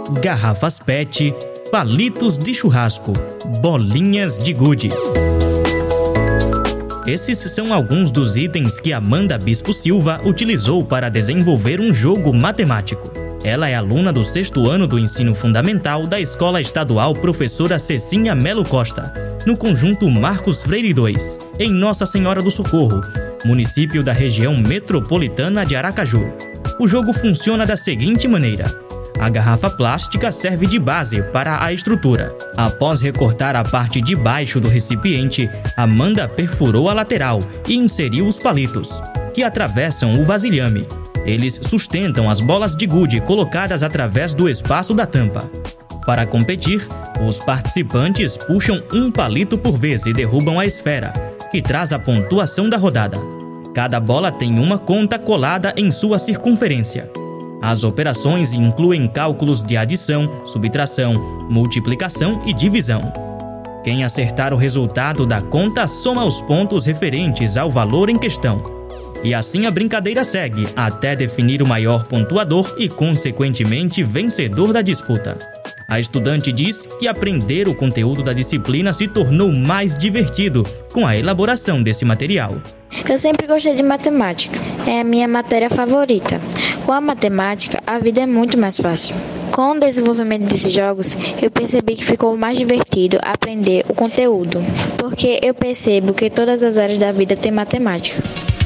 garrafas PET, palitos de churrasco, bolinhas de gude. Esses são alguns dos itens que Amanda Bispo Silva utilizou para desenvolver um jogo matemático. Ela é aluna do 6º ano do ensino fundamental da Escola Estadual Professora Cecinha Melo Costa, no conjunto Marcos Freire II, em Nossa Senhora do Socorro, município da região metropolitana de Aracaju. O jogo funciona da seguinte maneira: a garrafa plástica serve de base para a estrutura. Após recortar a parte de baixo do recipiente, Amanda perfurou a lateral e inseriu os palitos, que atravessam o vasilhame. Eles sustentam as bolas de gude colocadas através do espaço da tampa. Para competir, os participantes puxam um palito por vez e derrubam a esfera, que traz a pontuação da rodada. Cada bola tem uma conta colada em sua circunferência. As operações incluem cálculos de adição, subtração, multiplicação e divisão. Quem acertar o resultado da conta soma os pontos referentes ao valor em questão. E assim a brincadeira segue até definir o maior pontuador e, consequentemente, vencedor da disputa. A estudante diz que aprender o conteúdo da disciplina se tornou mais divertido com a elaboração desse material. Eu sempre gostei de matemática, é a minha matéria favorita. Com a matemática, a vida é muito mais fácil. Com o desenvolvimento desses jogos, eu percebi que ficou mais divertido aprender o conteúdo, porque eu percebo que todas as áreas da vida têm matemática.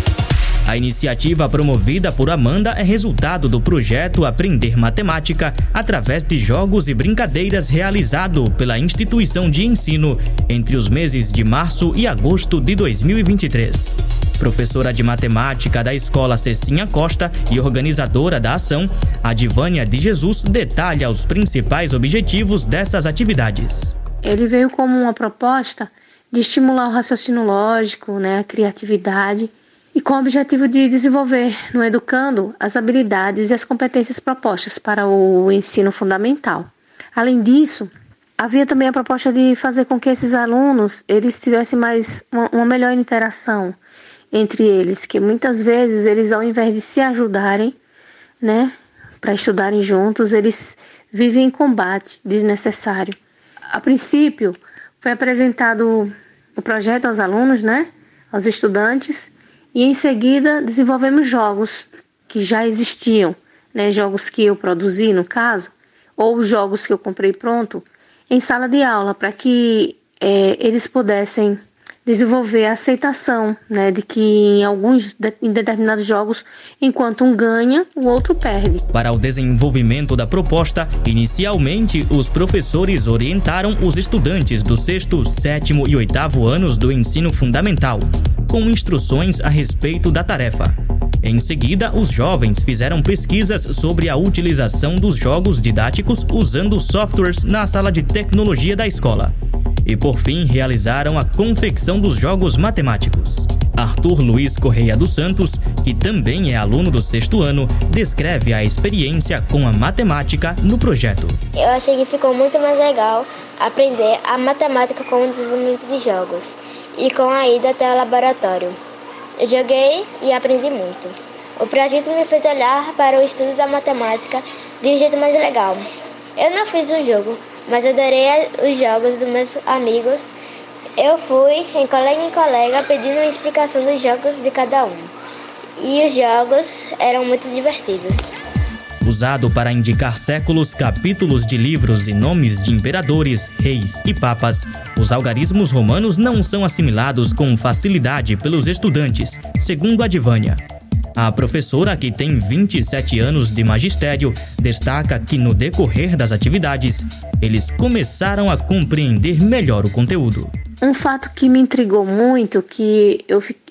A iniciativa promovida por Amanda é resultado do projeto Aprender Matemática através de jogos e brincadeiras realizado pela instituição de ensino entre os meses de março e agosto de 2023. Professora de matemática da Escola Cecinha Costa e organizadora da ação, Adivânia de Jesus detalha os principais objetivos dessas atividades. Ele veio como uma proposta de estimular o raciocínio lógico, a criatividade, e com o objetivo de desenvolver no educando as habilidades e as competências propostas para o ensino fundamental. Além disso, havia também a proposta de fazer com que esses alunos eles tivessem uma melhor interação entre eles, que muitas vezes eles, ao invés de se ajudarem, para estudarem juntos, eles vivem em combate desnecessário. A princípio, foi apresentado o projeto aos alunos, aos estudantes, e em seguida desenvolvemos jogos que já existiam, jogos que eu produzi no caso, ou jogos que eu comprei pronto, em sala de aula, para que eles pudessem desenvolver a aceitação, de que em determinados jogos, enquanto um ganha, o outro perde. Para o desenvolvimento da proposta, inicialmente os professores orientaram os estudantes do 6º, 7º e 8º anos do ensino fundamental, com instruções a respeito da tarefa. Em seguida, os jovens fizeram pesquisas sobre a utilização dos jogos didáticos usando softwares na sala de tecnologia da escola. E, por fim, realizaram a confecção dos jogos matemáticos. Arthur Luiz Correia dos Santos, que também é aluno do 6º ano, descreve a experiência com a matemática no projeto. Eu achei que ficou muito mais legal aprender a matemática com o desenvolvimento de jogos e com a ida até o laboratório. Eu joguei e aprendi muito. O projeto me fez olhar para o estudo da matemática de um jeito mais legal. Eu não fiz um jogo, mas adorei os jogos dos meus amigos. Eu fui em colega pedindo uma explicação dos jogos de cada um. E os jogos eram muito divertidos. Usado para indicar séculos, capítulos de livros e nomes de imperadores, reis e papas, os algarismos romanos não são assimilados com facilidade pelos estudantes, segundo Adivânia. A professora, que tem 27 anos de magistério, destaca que no decorrer das atividades, eles começaram a compreender melhor o conteúdo. Um fato que me intrigou muito, que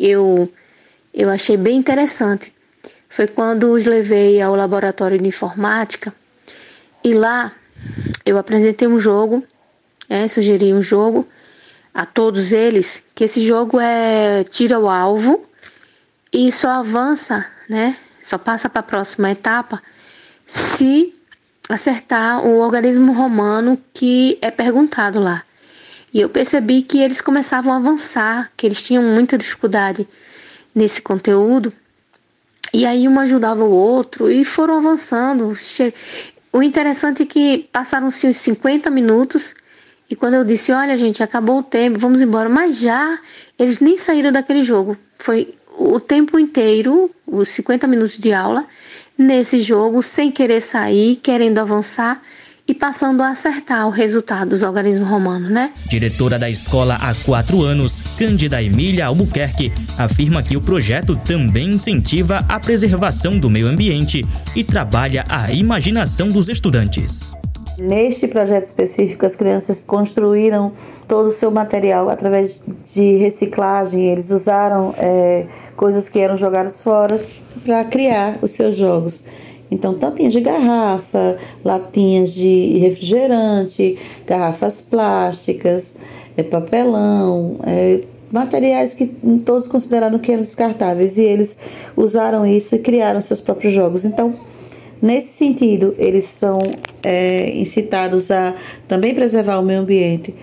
eu achei bem interessante, foi quando os levei ao laboratório de informática e lá eu apresentei um jogo, sugeri um jogo a todos eles, que esse jogo tira o alvo e só avança, só passa para a próxima etapa se acertar o algarismo romano que é perguntado lá. E eu percebi que eles começavam a avançar, que eles tinham muita dificuldade nesse conteúdo. E aí um ajudava o outro e foram avançando. O interessante é que passaram-se uns 50 minutos e quando eu disse, olha gente, acabou o tempo, vamos embora, mas já eles nem saíram daquele jogo. Foi o tempo inteiro, os 50 minutos de aula, nesse jogo, sem querer sair, querendo avançar e passando a acertar o resultado dos algarismos romanos, né? Diretora da escola há 4 anos, Cândida Emília Albuquerque, afirma que o projeto também incentiva a preservação do meio ambiente e trabalha a imaginação dos estudantes. Neste projeto específico, as crianças construíram todo o seu material através de reciclagem. Eles usaram coisas que eram jogadas fora para criar os seus jogos. Então, tampinhas de garrafa, latinhas de refrigerante, garrafas plásticas, papelão, materiais que todos consideraram que eram descartáveis. E eles usaram isso e criaram seus próprios jogos. Então, nesse sentido, eles são incitados a também preservar o meio ambiente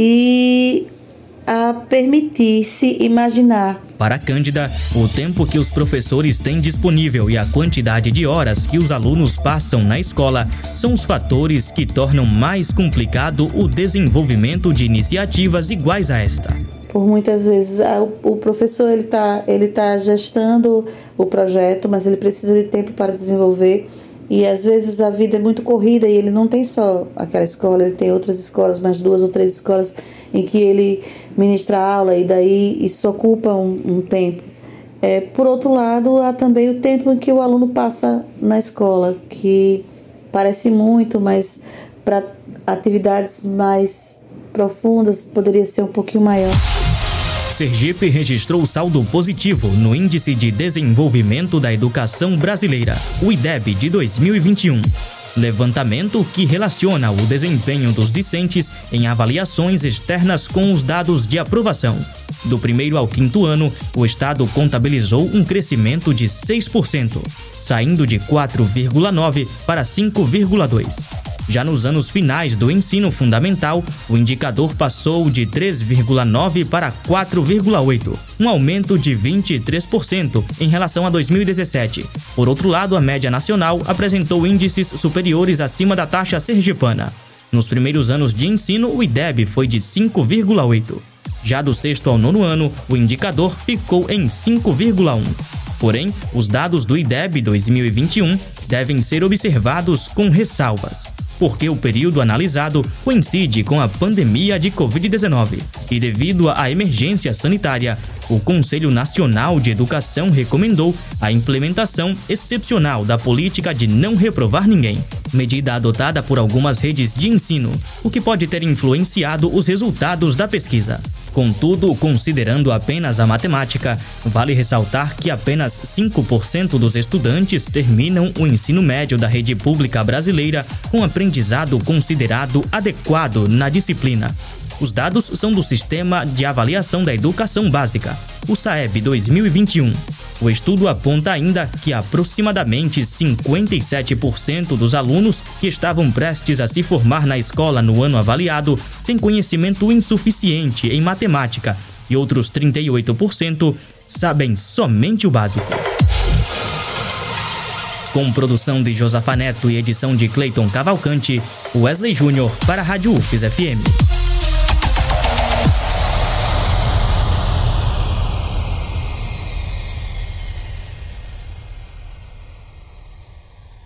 e a permitir-se imaginar. Para Cândida, o tempo que os professores têm disponível e a quantidade de horas que os alunos passam na escola são os fatores que tornam mais complicado o desenvolvimento de iniciativas iguais a esta. Por muitas vezes o professor ele tá gestando o projeto, mas ele precisa de tempo para desenvolver. E às vezes a vida é muito corrida e ele não tem só aquela escola, ele tem outras escolas, mais 2 ou 3 escolas em que ele ministra aula e daí isso ocupa um tempo. Por outro lado, há também o tempo em que o aluno passa na escola, que parece muito, mas para atividades mais profundas poderia ser um pouquinho maior. Sergipe registrou saldo positivo no Índice de Desenvolvimento da Educação Brasileira, o IDEB de 2021. Levantamento que relaciona o desempenho dos discentes em avaliações externas com os dados de aprovação. Do 1º ao 5º ano, o Estado contabilizou um crescimento de 6%, saindo de 4,9% para 5,2%. Já nos anos finais do ensino fundamental, o indicador passou de 3,9% para 4,8%, um aumento de 23% em relação a 2017. Por outro lado, a média nacional apresentou índices superiores acima da taxa sergipana. Nos primeiros anos de ensino, o IDEB foi de 5,8%. Já do 6º ao 9º ano, o indicador ficou em 5,1%. Porém, os dados do IDEB 2021 devem ser observados com ressalvas, porque o período analisado coincide com a pandemia de Covid-19 e, devido à emergência sanitária, o Conselho Nacional de Educação recomendou a implementação excepcional da política de não reprovar ninguém, medida adotada por algumas redes de ensino, o que pode ter influenciado os resultados da pesquisa. Contudo, considerando apenas a matemática, vale ressaltar que apenas 5% dos estudantes terminam o ensino médio da rede pública brasileira com aprendizado considerado adequado na disciplina. Os dados são do Sistema de Avaliação da Educação Básica, o SAEB 2021. O estudo aponta ainda que aproximadamente 57% dos alunos que estavam prestes a se formar na escola no ano avaliado têm conhecimento insuficiente em matemática e outros 38% sabem somente o básico. Com produção de Josafa Neto e edição de Cleiton Cavalcante, Wesley Júnior para a Rádio UFES FM.